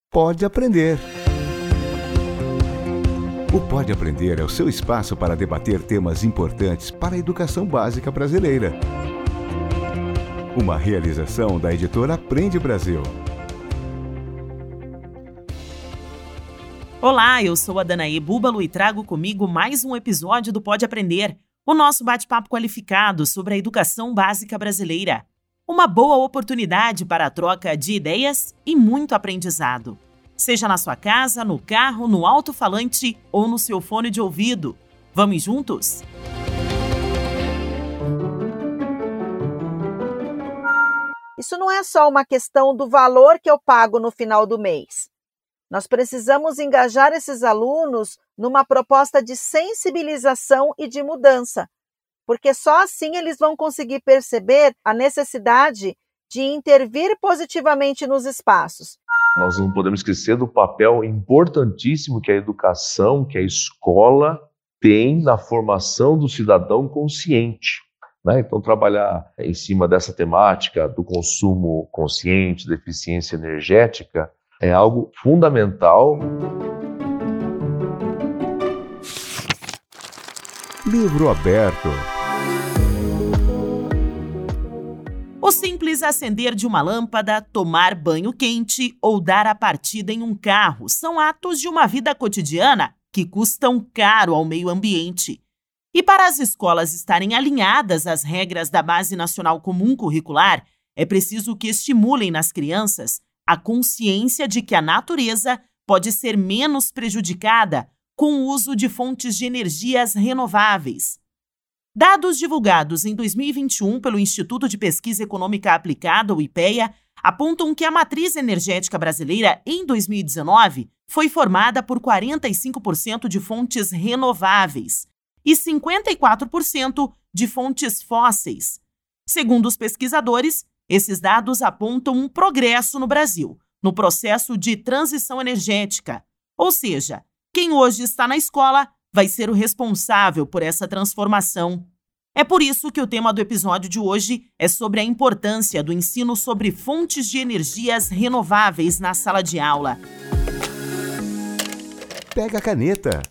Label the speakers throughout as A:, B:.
A: Pode Aprender. O Pode Aprender é o seu espaço para debater temas importantes para a educação básica brasileira. Uma realização da editora Aprende Brasil.
B: Olá, eu sou a Danaê Búbalo e trago comigo mais um episódio do Pode Aprender, o nosso bate-papo qualificado sobre a educação básica brasileira. Uma boa oportunidade para a troca de ideias e muito aprendizado. Seja na sua casa, no carro, no alto-falante ou no seu fone de ouvido. Vamos juntos?
C: Isso não é só uma questão do valor que eu pago no final do mês. Nós precisamos engajar esses alunos numa proposta de sensibilização e de mudança, porque só assim eles vão conseguir perceber a necessidade de intervir positivamente nos espaços.
D: Nós não podemos esquecer do papel importantíssimo que a educação, que a escola tem na formação do cidadão consciente, né? Então, trabalhar em cima dessa temática do consumo consciente, da eficiência energética, é algo fundamental.
A: Livro aberto.
B: O simples acender de uma lâmpada, tomar banho quente ou dar a partida em um carro são atos de uma vida cotidiana que custam caro ao meio ambiente. E para as escolas estarem alinhadas às regras da Base Nacional Comum Curricular, é preciso que estimulem nas crianças a consciência de que a natureza pode ser menos prejudicada com o uso de fontes de energias renováveis. Dados divulgados em 2021 pelo Instituto de Pesquisa Econômica Aplicada, o IPEA, apontam que a matriz energética brasileira, em 2019, foi formada por 45% de fontes renováveis e 54% de fontes fósseis. Segundo os pesquisadores, esses dados apontam um progresso no Brasil, no processo de transição energética. Ou seja, quem hoje está na escola vai ser o responsável por essa transformação. É por isso que o tema do episódio de hoje é sobre a importância do ensino sobre fontes de energias renováveis na sala de aula.
A: Pega a caneta.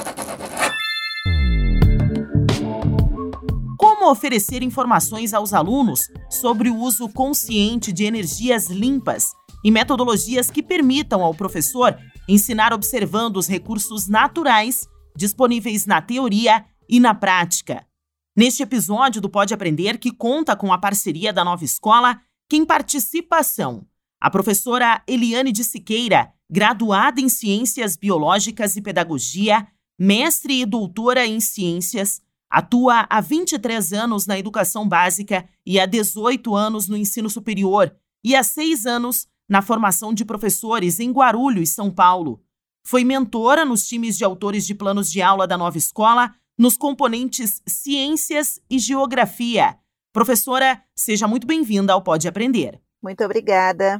B: Como oferecer informações aos alunos sobre o uso consciente de energias limpas e metodologias que permitam ao professor ensinar observando os recursos naturais disponíveis na teoria e na prática. Neste episódio do Pode Aprender, que conta com a parceria da Nova Escola, quem participa são a professora Eliane de Siqueira, graduada em Ciências Biológicas e Pedagogia, mestre e doutora em Ciências, atua há 23 anos na educação básica e há 18 anos no ensino superior e há 6 anos na formação de professores em Guarulhos, São Paulo. Foi mentora nos times de autores de planos de aula da Nova Escola, nos componentes Ciências e Geografia. Professora, seja muito bem-vinda ao Pode Aprender.
C: Muito obrigada.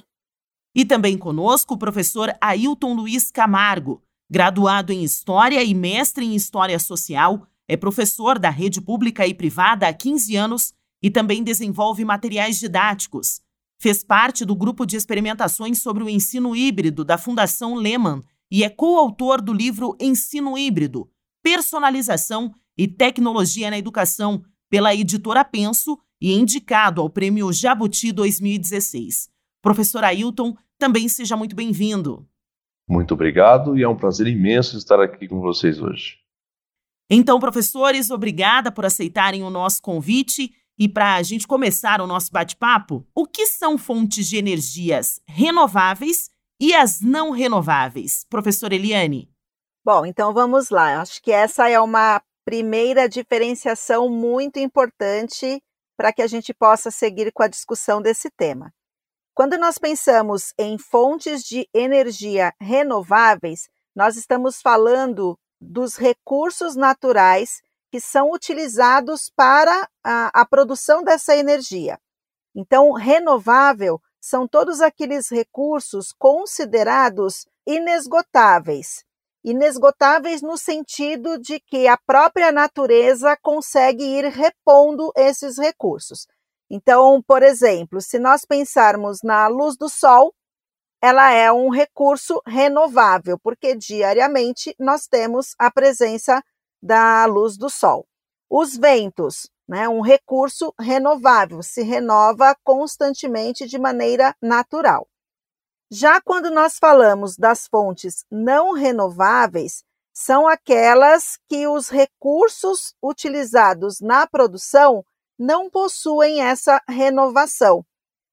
B: E também conosco o professor Ailton Luiz Camargo, graduado em História e mestre em História Social, é professor da rede pública e privada há 15 anos e também desenvolve materiais didáticos. Fez parte do grupo de experimentações sobre o ensino híbrido da Fundação Lehman e é coautor do livro Ensino Híbrido, Personalização e Tecnologia na Educação, pela editora Penso e indicado ao Prêmio Jabuti 2016. Professor Ailton, também seja muito bem-vindo.
D: Muito obrigado e é um prazer imenso estar aqui com vocês hoje.
B: Então, professores, obrigada por aceitarem o nosso convite. E para a gente começar o nosso bate-papo, o que são fontes de energias renováveis e as não renováveis? Professora Eliane.
C: Bom, então vamos lá. Acho que essa é uma primeira diferenciação muito importante para que a gente possa seguir com a discussão desse tema. Quando nós pensamos em fontes de energia renováveis, nós estamos falando dos recursos naturais que são utilizados para a produção dessa energia. Então, renovável são todos aqueles recursos considerados inesgotáveis. Inesgotáveis no sentido de que a própria natureza consegue ir repondo esses recursos. Então, por exemplo, se nós pensarmos na luz do sol, ela é um recurso renovável, porque diariamente nós temos a presença da luz do sol. Os ventos, né, um recurso renovável, se renova constantemente de maneira natural. Já quando nós falamos das fontes não renováveis, são aquelas que os recursos utilizados na produção não possuem essa renovação.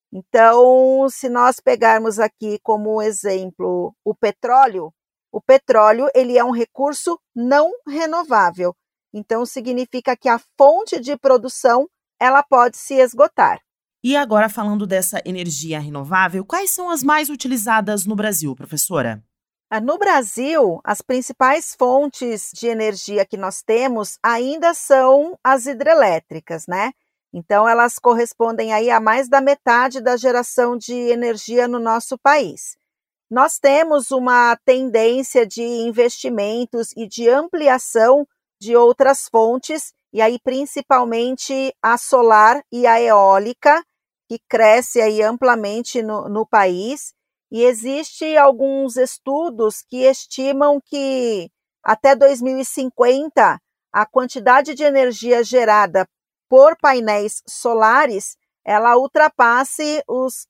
C: Então, se nós pegarmos aqui como exemplo o petróleo ele é um recurso não renovável. Então, significa que a fonte de produção ela pode se esgotar.
B: E agora, falando dessa energia renovável, quais são as mais utilizadas no Brasil, professora?
C: No Brasil, as principais fontes de energia que nós temos ainda são as hidrelétricas, né? Então, elas correspondem aí a mais da metade da geração de energia no nosso país. Nós temos uma tendência de investimentos e de ampliação de outras fontes, e aí principalmente a solar e a eólica, que cresce aí amplamente no país, e existe alguns estudos que estimam que até 2050 a quantidade de energia gerada por painéis solares, ela ultrapasse os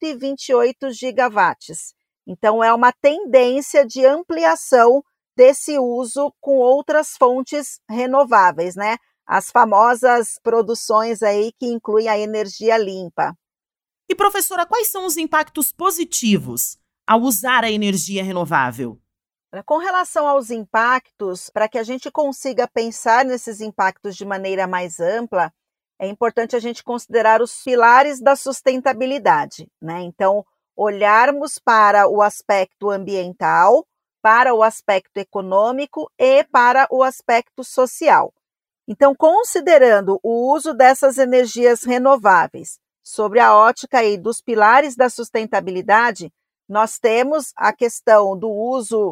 C: 128 gigawatts. Então, é uma tendência de ampliação desse uso com outras fontes renováveis, né? As famosas produções aí que incluem a energia limpa.
B: E, professora, quais são os impactos positivos ao usar a energia renovável?
C: Com relação aos impactos, para que a gente consiga pensar nesses impactos de maneira mais ampla, é importante a gente considerar os pilares da sustentabilidade, né? Então, olharmos para o aspecto ambiental, para o aspecto econômico e para o aspecto social. Então, considerando o uso dessas energias renováveis sobre a ótica aí dos pilares da sustentabilidade, nós temos a questão do uso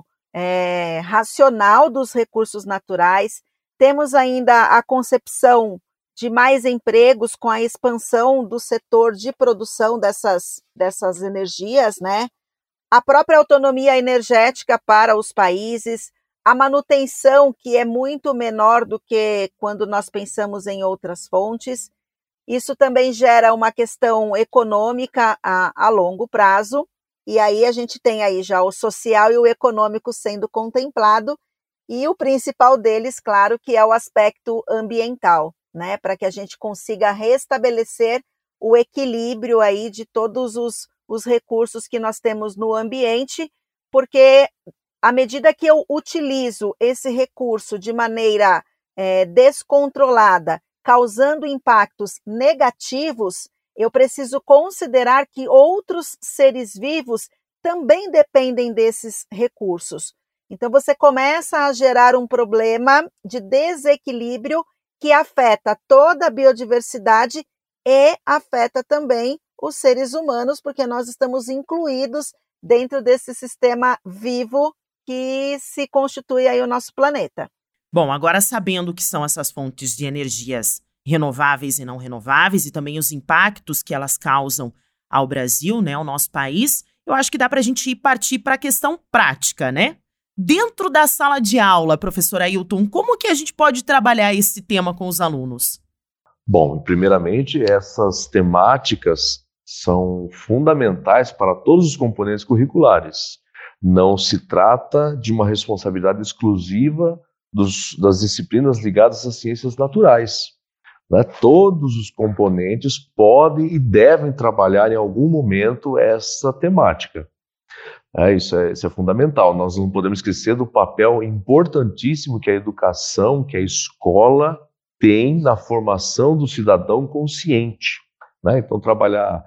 C: racional dos recursos naturais, temos ainda a concepção de mais empregos com a expansão do setor de produção dessas energias, né? A própria autonomia energética para os países, a manutenção, que é muito menor do que quando nós pensamos em outras fontes. Isso também gera uma questão econômica a longo prazo, e aí a gente tem aí já o social e o econômico sendo contemplado, e o principal deles, claro, que é o aspecto ambiental, né? Para que a gente consiga restabelecer o equilíbrio aí de todos os recursos que nós temos no ambiente, porque à medida que eu utilizo esse recurso de maneira descontrolada, causando impactos negativos, eu preciso considerar que outros seres vivos também dependem desses recursos. Então, você começa a gerar um problema de desequilíbrio que afeta toda a biodiversidade e afeta também os seres humanos, porque nós estamos incluídos dentro desse sistema vivo que se constitui aí o nosso planeta.
B: Bom, agora sabendo o que são essas fontes de energias renováveis e não renováveis e também os impactos que elas causam ao Brasil, né, ao nosso país, eu acho que dá para a gente partir para a questão prática, né? Dentro da sala de aula, professor Ailton, como que a gente pode trabalhar esse tema com os alunos?
D: Bom, primeiramente, essas temáticas são fundamentais para todos os componentes curriculares. Não se trata de uma responsabilidade exclusiva das disciplinas ligadas às ciências naturais, né? Todos os componentes podem e devem trabalhar em algum momento essa temática. Isso é fundamental. Nós não podemos esquecer do papel importantíssimo que a educação, que a escola tem na formação do cidadão consciente, né? Então, trabalhar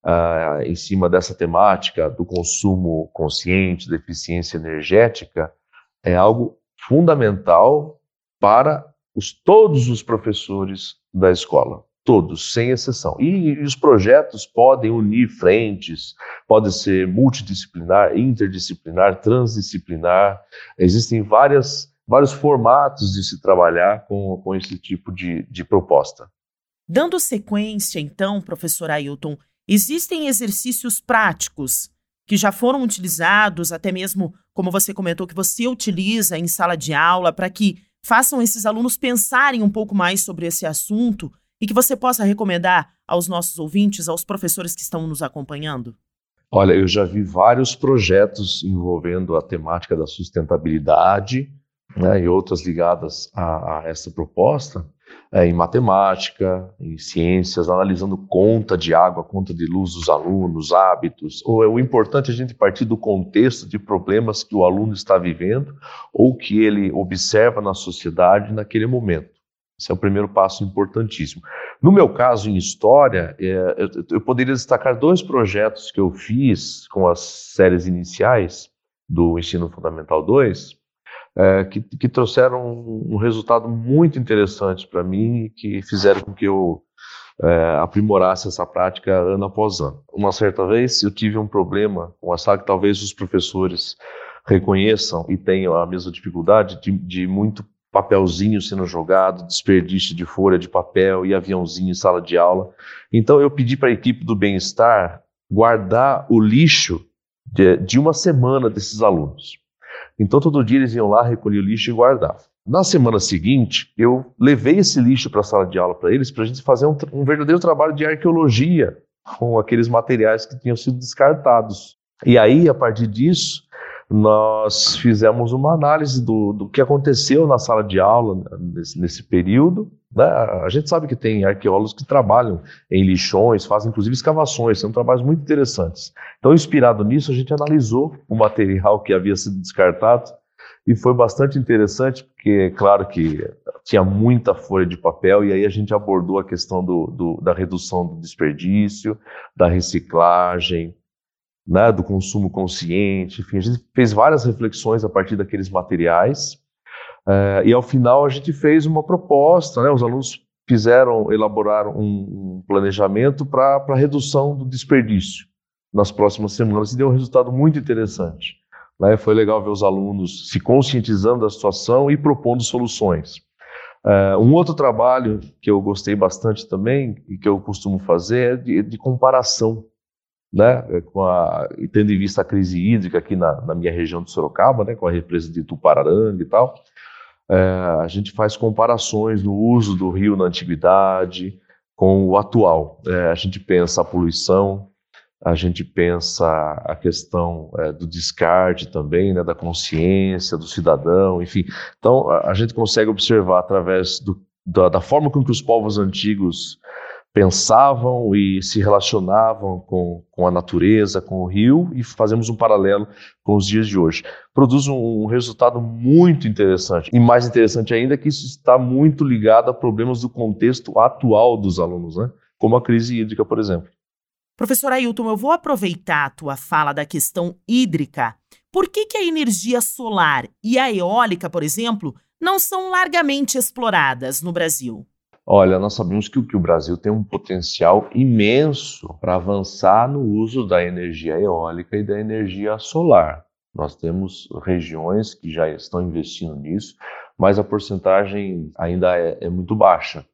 D: em cima dessa temática do consumo consciente, da eficiência energética, é algo fundamental para todos os professores da escola, todos, sem exceção. E os projetos podem unir frentes, pode ser multidisciplinar, interdisciplinar, transdisciplinar. Existem vários formatos de se trabalhar com esse tipo de proposta.
B: Dando sequência, então, professor Ailton, existem exercícios práticos que já foram utilizados, até mesmo, como você comentou, que você utiliza em sala de aula, para que façam esses alunos pensarem um pouco mais sobre esse assunto e que você possa recomendar aos nossos ouvintes, aos professores que estão nos acompanhando?
D: Olha, eu já vi vários projetos envolvendo a temática da sustentabilidade, né, e outras ligadas a essa proposta, em matemática, em ciências, analisando conta de água, conta de luz dos alunos, hábitos. O importante é a gente partir do contexto de problemas que o aluno está vivendo ou que ele observa na sociedade naquele momento. Esse é o primeiro passo importantíssimo. No meu caso, em História, eu poderia destacar 2 projetos que eu fiz com as séries iniciais do Ensino Fundamental 2, que trouxeram um resultado muito interessante para mim e que fizeram com que eu aprimorasse essa prática ano após ano. Uma certa vez eu tive um problema com a sala que talvez os professores reconheçam e tenham a mesma dificuldade de muito papelzinho sendo jogado, desperdício de folha de papel e aviãozinho em sala de aula. Então eu pedi para a equipe do bem-estar guardar o lixo de uma semana desses alunos. Então todo dia eles iam lá, recolhiam o lixo e guardavam. Na semana seguinte, eu levei esse lixo para a sala de aula para eles, para a gente fazer um verdadeiro trabalho de arqueologia com aqueles materiais que tinham sido descartados. E aí, a partir disso, nós fizemos uma análise do que aconteceu na sala de aula nesse período, né? A gente sabe que tem arqueólogos que trabalham em lixões, fazem inclusive escavações, são trabalhos muito interessantes. Então, inspirado nisso, a gente analisou o material que havia sido descartado e foi bastante interessante, porque, claro que tinha muita folha de papel, e aí a gente abordou a questão da redução do desperdício, da reciclagem, né, do consumo consciente, enfim, a gente fez várias reflexões a partir daqueles materiais, e ao final a gente fez uma proposta, né, os alunos elaboraram um planejamento para a redução do desperdício nas próximas semanas, e deu um resultado muito interessante. Né, foi legal ver os alunos se conscientizando da situação e propondo soluções. Um outro trabalho que eu gostei bastante também, e que eu costumo fazer, é de comparação, né, tendo em vista a crise hídrica aqui na minha região de Sorocaba, né, com a represa de Tupararanga e tal, a gente faz comparações no uso do rio na antiguidade com o atual. A gente pensa a poluição, a gente pensa a questão do descarte também, né, da consciência do cidadão, enfim. Então, a gente consegue observar através da forma com que os povos antigos pensavam e se relacionavam com a natureza, com o rio, e fazemos um paralelo com os dias de hoje. Produz um resultado muito interessante, e mais interessante ainda é que isso está muito ligado a problemas do contexto atual dos alunos, né? Como a crise hídrica, por exemplo.
B: Professor Ailton, eu vou aproveitar a tua fala da questão hídrica. Por que a energia solar e a eólica, por exemplo, não são largamente exploradas no Brasil?
D: Olha, nós sabemos que o Brasil tem um potencial imenso para avançar no uso da energia eólica e da energia solar. Nós temos regiões que já estão investindo nisso, mas a porcentagem ainda é muito baixa.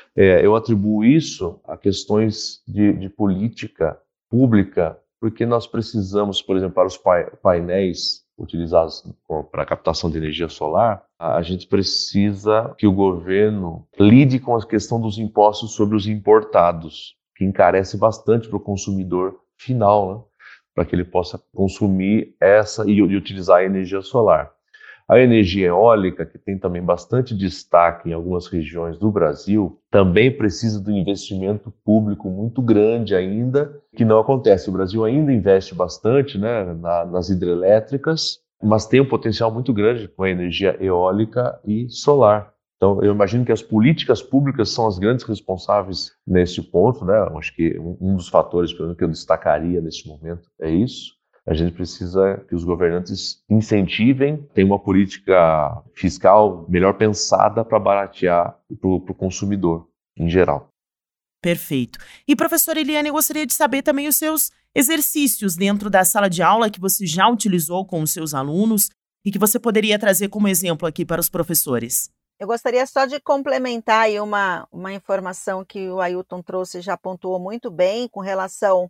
D: Eu atribuo isso a questões de política pública, porque nós precisamos, por exemplo, para os painéis utilizados para a captação de energia solar, a gente precisa que o governo lide com a questão dos impostos sobre os importados, que encarece bastante para o consumidor final, né, para que ele possa consumir essa e utilizar a energia solar. A energia eólica, que tem também bastante destaque em algumas regiões do Brasil, também precisa de um investimento público muito grande ainda, que não acontece. O Brasil ainda investe bastante, né, nas hidrelétricas, mas tem um potencial muito grande com a energia eólica e solar. Então, eu imagino que as políticas públicas são as grandes responsáveis nesse ponto, né? Acho que um dos fatores que eu destacaria nesse momento é isso. A gente precisa que os governantes incentivem, tenham uma política fiscal melhor pensada para baratear para o consumidor em geral.
B: Perfeito. E, professora Eliane, eu gostaria de saber também os seus exercícios dentro da sala de aula que você já utilizou com os seus alunos e que você poderia trazer como exemplo aqui para os professores.
C: Eu gostaria só de complementar aí uma informação que o Ailton trouxe e já pontuou muito bem com relação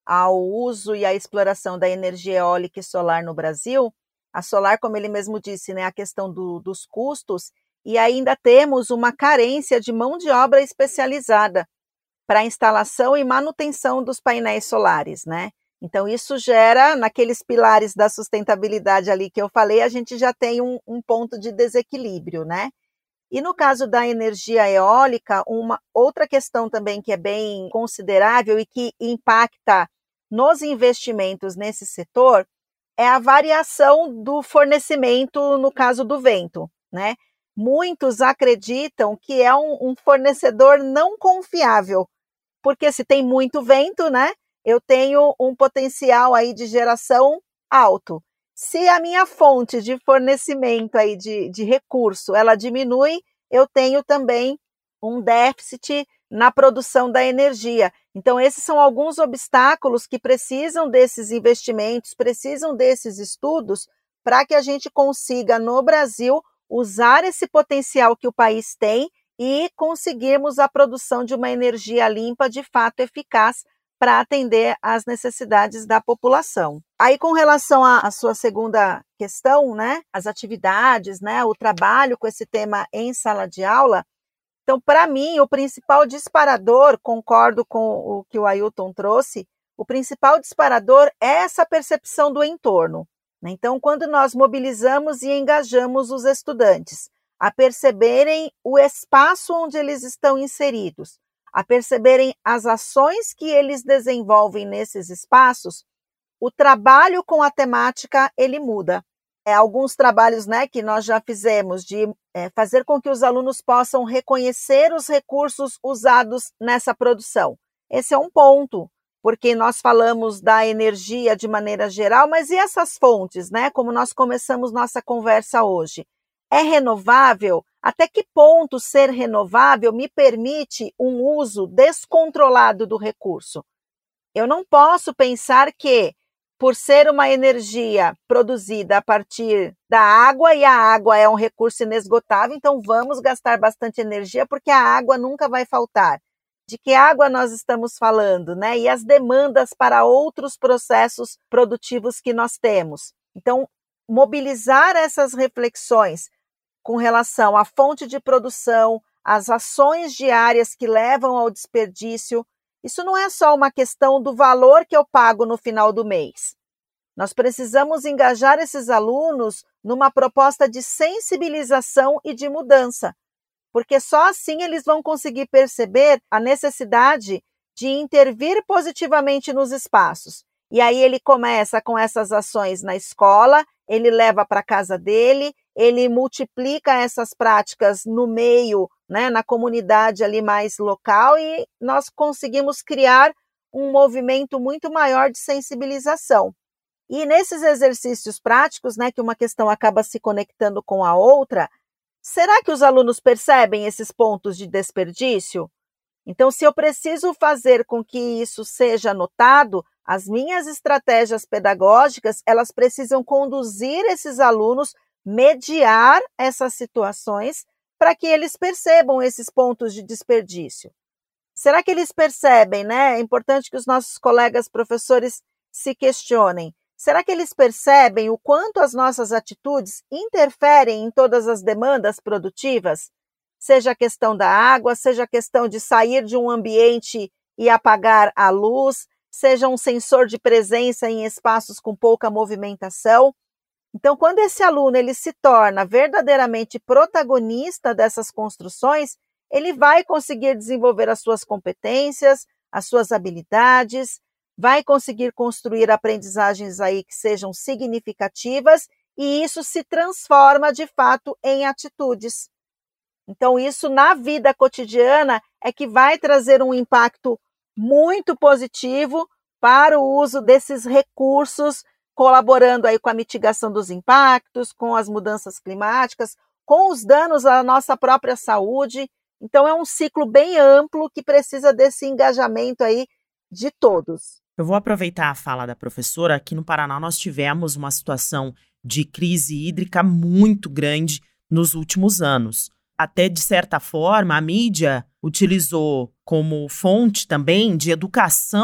C: ao uso e à exploração da energia eólica e solar no Brasil, a solar, como ele mesmo disse, né, a questão dos custos, e ainda temos uma carência de mão de obra especializada para a instalação e manutenção dos painéis solares, né? Então, isso gera, naqueles pilares da sustentabilidade ali que eu falei, a gente já tem um ponto de desequilíbrio, né? E no caso da energia eólica, uma outra questão também que é bem considerável e que impacta nos investimentos nesse setor é a variação do fornecimento no caso do vento, né? Muitos acreditam que é um fornecedor não confiável, porque se tem muito vento, né, eu tenho um potencial aí de geração alto. Se a minha fonte de fornecimento aí de recurso, ela diminui, eu tenho também um déficit na produção da energia. Então, esses são alguns obstáculos que precisam desses investimentos, precisam desses estudos, para que a gente consiga, no Brasil, usar esse potencial que o país tem e conseguirmos a produção de uma energia limpa, de fato eficaz, para atender às necessidades da população. Aí, com relação à sua segunda questão, né, as atividades, né, o trabalho com esse tema em sala de aula, então, para mim, o principal disparador, concordo com o que o Ailton trouxe, o principal disparador é essa percepção do entorno. Então, quando nós mobilizamos e engajamos os estudantes a perceberem o espaço onde eles estão inseridos, a perceberem as ações que eles desenvolvem nesses espaços, o trabalho com a temática, ele muda. Alguns trabalhos, né, que nós já fizemos de fazer com que os alunos possam reconhecer os recursos usados nessa produção. Esse é um ponto, porque nós falamos da energia de maneira geral, mas e essas fontes, né? Como nós começamos nossa conversa hoje? É renovável? Até que ponto ser renovável me permite um uso descontrolado do recurso? Eu não posso pensar que, por ser uma energia produzida a partir da água, e a água é um recurso inesgotável, então vamos gastar bastante energia porque a água nunca vai faltar. De que água nós estamos falando, né? E as demandas para outros processos produtivos que nós temos. Então, mobilizar essas reflexões com relação à fonte de produção, às ações diárias que levam ao desperdício, isso não é só uma questão do valor que eu pago no final do mês. Nós precisamos engajar esses alunos numa proposta de sensibilização e de mudança, porque só assim eles vão conseguir perceber a necessidade de intervir positivamente nos espaços. E aí ele começa com essas ações na escola, ele leva para a casa dele, ele multiplica essas práticas no meio, né, na comunidade ali mais local, e nós conseguimos criar um movimento muito maior de sensibilização. E nesses exercícios práticos, né, que uma questão acaba se conectando com a outra, será que os alunos percebem esses pontos de desperdício? Então, se eu preciso fazer com que isso seja notado, as minhas estratégias pedagógicas, elas precisam conduzir esses alunos, mediar essas situações, para que eles percebam esses pontos de desperdício. Será que eles percebem, né? É importante que os nossos colegas professores se questionem. Será que eles percebem o quanto as nossas atitudes interferem em todas as demandas produtivas? Seja a questão da água, seja a questão de sair de um ambiente e apagar a luz, seja um sensor de presença em espaços com pouca movimentação. Então, quando esse aluno ele se torna verdadeiramente protagonista dessas construções, ele vai conseguir desenvolver as suas competências, as suas habilidades, vai conseguir construir aprendizagens aí que sejam significativas, e isso se transforma de fato em atitudes. Então, isso na vida cotidiana é que vai trazer um impacto muito positivo para o uso desses recursos, colaborando aí com a mitigação dos impactos, com as mudanças climáticas, com os danos à nossa própria saúde. Então, é um ciclo bem amplo que precisa desse engajamento aí de todos.
B: Eu vou aproveitar a fala da professora. Aqui no Paraná nós tivemos uma situação de crise hídrica muito grande nos últimos anos. Até, de certa forma, a mídia utilizou como fonte também de educação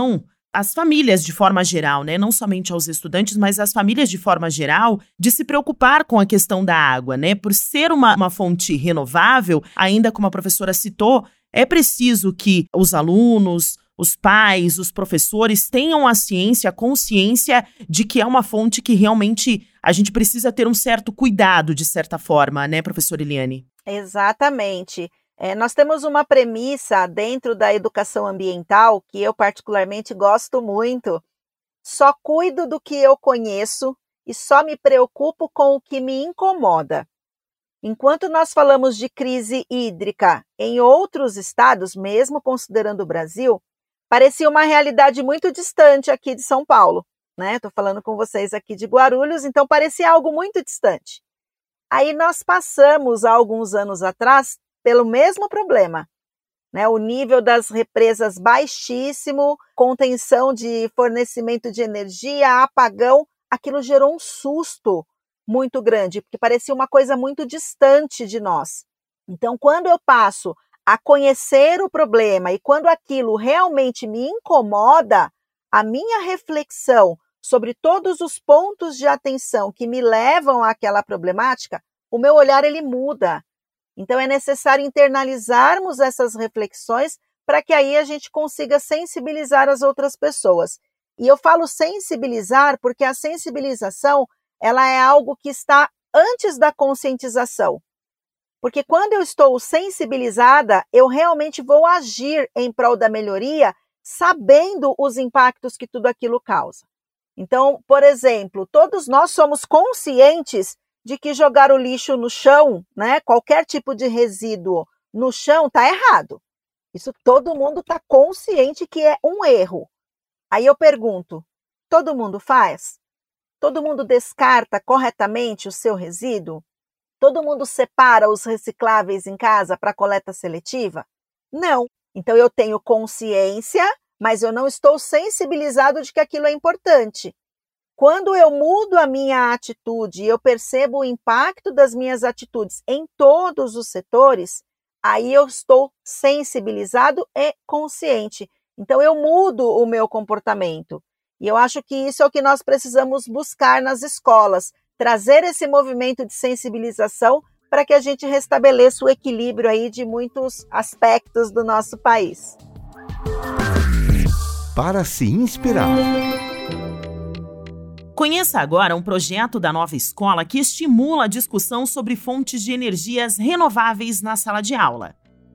B: as famílias de forma geral, né? Não somente aos estudantes, mas as famílias de forma geral, de se preocupar com a questão da água, né? Por ser uma fonte renovável, ainda como a professora citou, é preciso que os alunos, os pais, os professores tenham a ciência, a consciência de que é uma fonte que realmente a gente precisa ter um certo cuidado, de certa forma, né, professora Eliane?
C: Exatamente. Nós temos uma premissa dentro da educação ambiental que eu particularmente gosto muito. Só cuido do que eu conheço e só me preocupo com o que me incomoda. Enquanto nós falamos de crise hídrica em outros estados, mesmo considerando o Brasil, parecia uma realidade muito distante aqui de São Paulo, né? Estou falando com vocês aqui de Guarulhos, então parecia algo muito distante. Aí nós passamos, há alguns anos atrás, pelo mesmo problema, né? O nível das represas baixíssimo, contenção de fornecimento de energia, apagão, aquilo gerou um susto muito grande, porque parecia uma coisa muito distante de nós. Então, quando eu passo a conhecer o problema e quando aquilo realmente me incomoda, a minha reflexão sobre todos os pontos de atenção que me levam àquela problemática, o meu olhar ele muda. Então, é necessário internalizarmos essas reflexões para que aí a gente consiga sensibilizar as outras pessoas. E eu falo sensibilizar porque a sensibilização ela é algo que está antes da conscientização. Porque quando eu estou sensibilizada, eu realmente vou agir em prol da melhoria, sabendo os impactos que tudo aquilo causa. Então, por exemplo, todos nós somos conscientes de que jogar o lixo no chão, né, qualquer tipo de resíduo no chão, está errado. Isso todo mundo está consciente que é um erro. Aí eu pergunto, todo mundo faz? Todo mundo descarta corretamente o seu resíduo? Todo mundo separa os recicláveis em casa para coleta seletiva? Não. Então eu tenho consciência, mas eu não estou sensibilizado de que aquilo é importante. Quando eu mudo a minha atitude e eu percebo o impacto das minhas atitudes em todos os setores, aí eu estou sensibilizado e consciente. Então eu mudo o meu comportamento. E eu acho que isso é o que nós precisamos buscar nas escolas, trazer esse movimento de sensibilização para que a gente restabeleça o equilíbrio aí de muitos aspectos do nosso país.
A: Para se inspirar.
B: Conheça agora um projeto da Nova Escola que estimula a discussão sobre fontes de energias renováveis na sala de aula.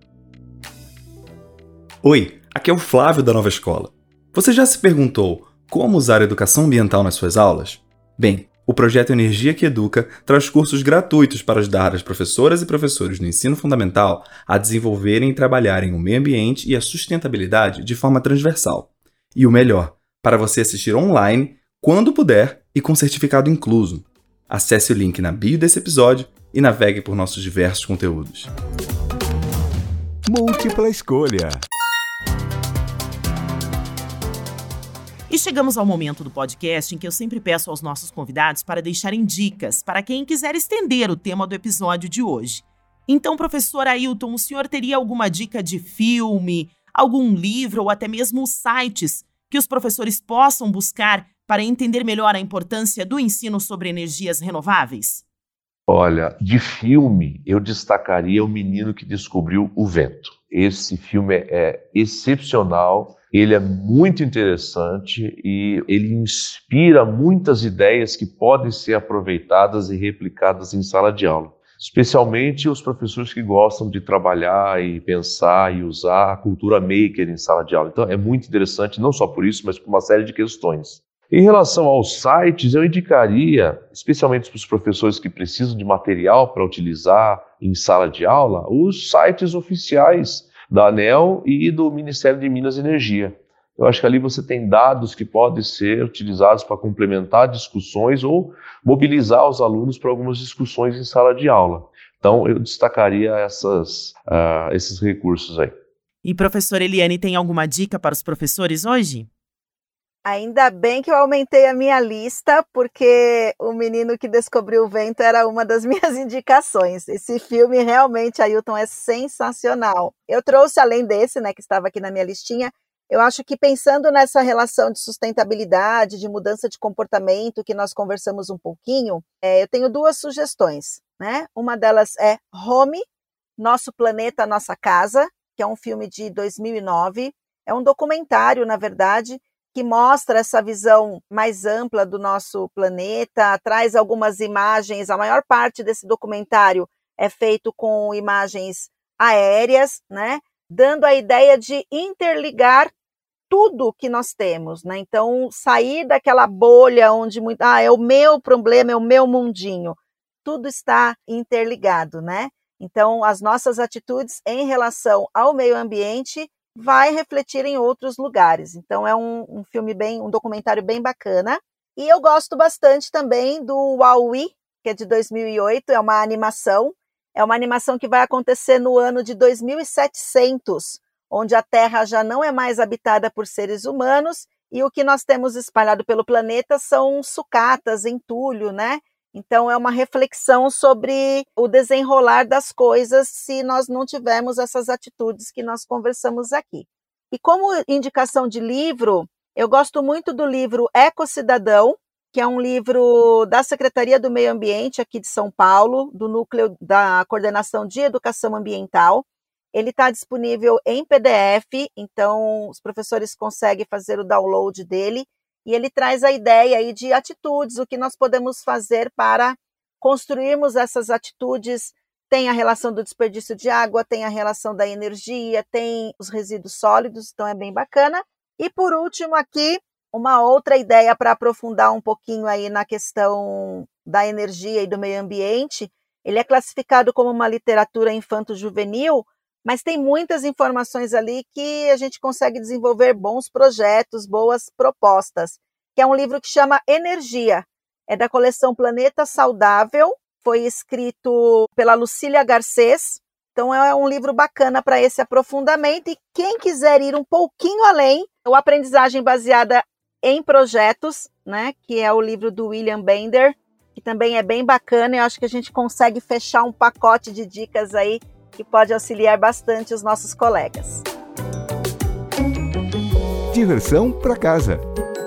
E: Oi, aqui é o Flávio da Nova Escola. Você já se perguntou como usar a educação ambiental nas suas aulas? Bem, o projeto Energia que Educa traz cursos gratuitos para ajudar as professoras e professores do ensino fundamental a desenvolverem e trabalharem o meio ambiente e a sustentabilidade de forma transversal. E o melhor, para você assistir online, quando puder e com certificado incluso. Acesse o link na bio desse episódio e navegue por nossos diversos conteúdos.
A: Múltipla escolha.
B: E chegamos ao momento do podcast em que eu sempre peço aos nossos convidados para deixarem dicas para quem quiser estender o tema do episódio de hoje. Então, professor Ailton, o senhor teria alguma dica de filme, algum livro ou até mesmo sites que os professores possam buscar para entender melhor a importância do ensino sobre energias renováveis?
D: Olha, de filme, eu destacaria O Menino que Descobriu o Vento. Esse filme é excepcional, ele é muito interessante e ele inspira muitas ideias que podem ser aproveitadas e replicadas em sala de aula. Especialmente os professores que gostam de trabalhar e pensar e usar a cultura maker em sala de aula. Então é muito interessante, não só por isso, mas por uma série de questões. Em relação aos sites, eu indicaria, especialmente para os professores que precisam de material para utilizar em sala de aula, os sites oficiais da ANEEL e do Ministério de Minas e Energia. Eu acho que ali você tem dados que podem ser utilizados para complementar discussões ou mobilizar os alunos para algumas discussões em sala de aula. Então, eu destacaria esses recursos aí.
B: E professora Eliane, tem alguma dica para os professores hoje?
C: Ainda bem que eu aumentei a minha lista, porque O Menino que Descobriu o Vento era uma das minhas indicações. Esse filme realmente, Ailton, é sensacional. Eu trouxe, além desse, né, que estava aqui na minha listinha, Eu acho que pensando nessa relação de sustentabilidade, de mudança de comportamento, que nós conversamos um pouquinho, eu tenho 2 sugestões, né? Uma delas é Home, Nosso Planeta, Nossa Casa, que é um filme de 2009. É um documentário, na verdade, que mostra essa visão mais ampla do nosso planeta, traz algumas imagens. A maior parte desse documentário é feito com imagens aéreas, né? Dando a ideia de interligar tudo que nós temos, né? Então, sair daquela bolha onde é o meu problema, é o meu mundinho. Tudo está interligado, né? Então, as nossas atitudes em relação ao meio ambiente vai refletir em outros lugares. Então, é um documentário bem bacana. E eu gosto bastante também do Wall-E, que é de 2008, é uma animação. É uma animação que vai acontecer no ano de 2700, onde a Terra já não é mais habitada por seres humanos e o que nós temos espalhado pelo planeta são sucatas, entulho, né? Então, é uma reflexão sobre o desenrolar das coisas se nós não tivermos essas atitudes que nós conversamos aqui. E como indicação de livro, eu gosto muito do livro Ecocidadão, que é um livro da Secretaria do Meio Ambiente aqui de São Paulo, do Núcleo da Coordenação de Educação Ambiental. Ele está disponível em PDF, então os professores conseguem fazer o download dele, e ele traz a ideia aí de atitudes, o que nós podemos fazer para construirmos essas atitudes. Tem a relação do desperdício de água, tem a relação da energia, tem os resíduos sólidos, então é bem bacana. E por último aqui, uma outra ideia para aprofundar um pouquinho aí na questão da energia e do meio ambiente. Ele é classificado como uma literatura infanto-juvenil, mas tem muitas informações ali que a gente consegue desenvolver bons projetos, boas propostas, que é um livro que chama Energia, é da coleção Planeta Saudável, foi escrito pela Lucília Garcês, então é um livro bacana para esse aprofundamento, e quem quiser ir um pouquinho além, o Aprendizagem Baseada em Projetos, né, que é o livro do William Bender, que também é bem bacana, e eu acho que a gente consegue fechar um pacote de dicas aí que pode auxiliar bastante os nossos colegas.
A: Diversão para casa.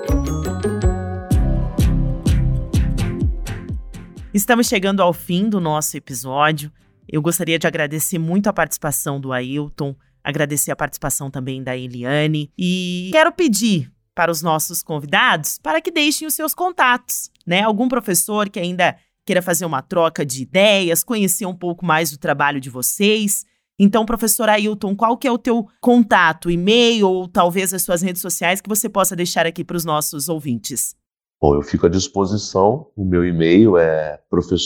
B: Estamos chegando ao fim do nosso episódio. Eu gostaria de agradecer muito a participação do Ailton, agradecer a participação também da Eliane, e quero pedir para os nossos convidados para que deixem os seus contatos, né? Algum professor que ainda queira fazer uma troca de ideias, conhecer um pouco mais do trabalho de vocês. Então, professor Ailton, qual que é o teu contato, e-mail ou talvez as suas redes sociais que você possa deixar aqui para os nossos ouvintes?
D: Bom, eu fico à disposição. O meu e-mail é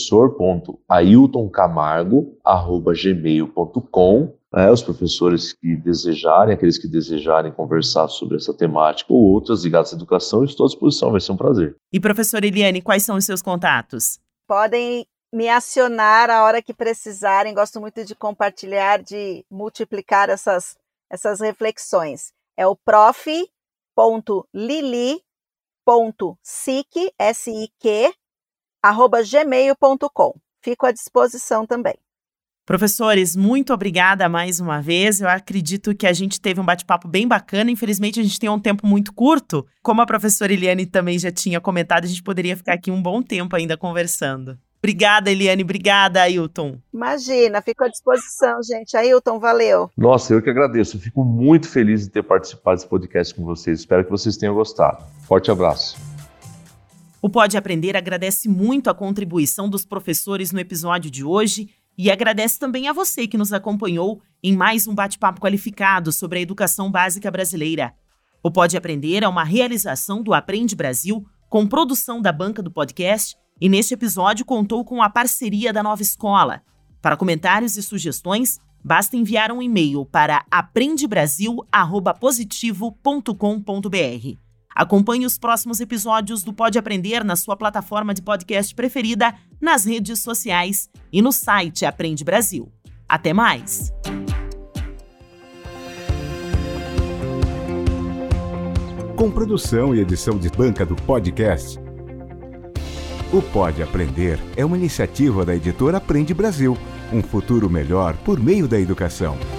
D: professor.ailtoncamargo@gmail.com. Os professores que desejarem, aqueles que desejarem conversar sobre essa temática ou outras ligadas à educação, eu estou à disposição, vai ser um prazer.
B: E professora Eliane, quais são os seus contatos?
C: Podem me acionar a hora que precisarem, gosto muito de compartilhar, de multiplicar essas reflexões. É o prof.lili.sic@gmail.com. Fico à disposição também.
B: Professores, muito obrigada mais uma vez. Eu acredito que a gente teve um bate-papo bem bacana. Infelizmente, a gente tem um tempo muito curto. Como a professora Eliane também já tinha comentado, a gente poderia ficar aqui um bom tempo ainda conversando. Obrigada, Eliane. Obrigada, Ailton.
C: Imagina, fico à disposição, gente. Ailton, valeu.
D: Nossa, eu que agradeço. Eu fico muito feliz de ter participado desse podcast com vocês. Espero que vocês tenham gostado. Forte abraço.
B: O Pode Aprender agradece muito a contribuição dos professores no episódio de hoje e agradece também a você que nos acompanhou em mais um bate-papo qualificado sobre a educação básica brasileira. O Pode Aprender é uma realização do Aprende Brasil, com produção da banca do podcast, e neste episódio contou com a parceria da Nova Escola. Para comentários e sugestões, basta enviar um e-mail para aprendebrasil@positivo.com.br. Acompanhe os próximos episódios do Pode Aprender na sua plataforma de podcast preferida, nas redes sociais e no site Aprende Brasil. Até mais!
A: Com produção e edição de banca do podcast, o Pode Aprender é uma iniciativa da editora Aprende Brasil, um futuro melhor por meio da educação.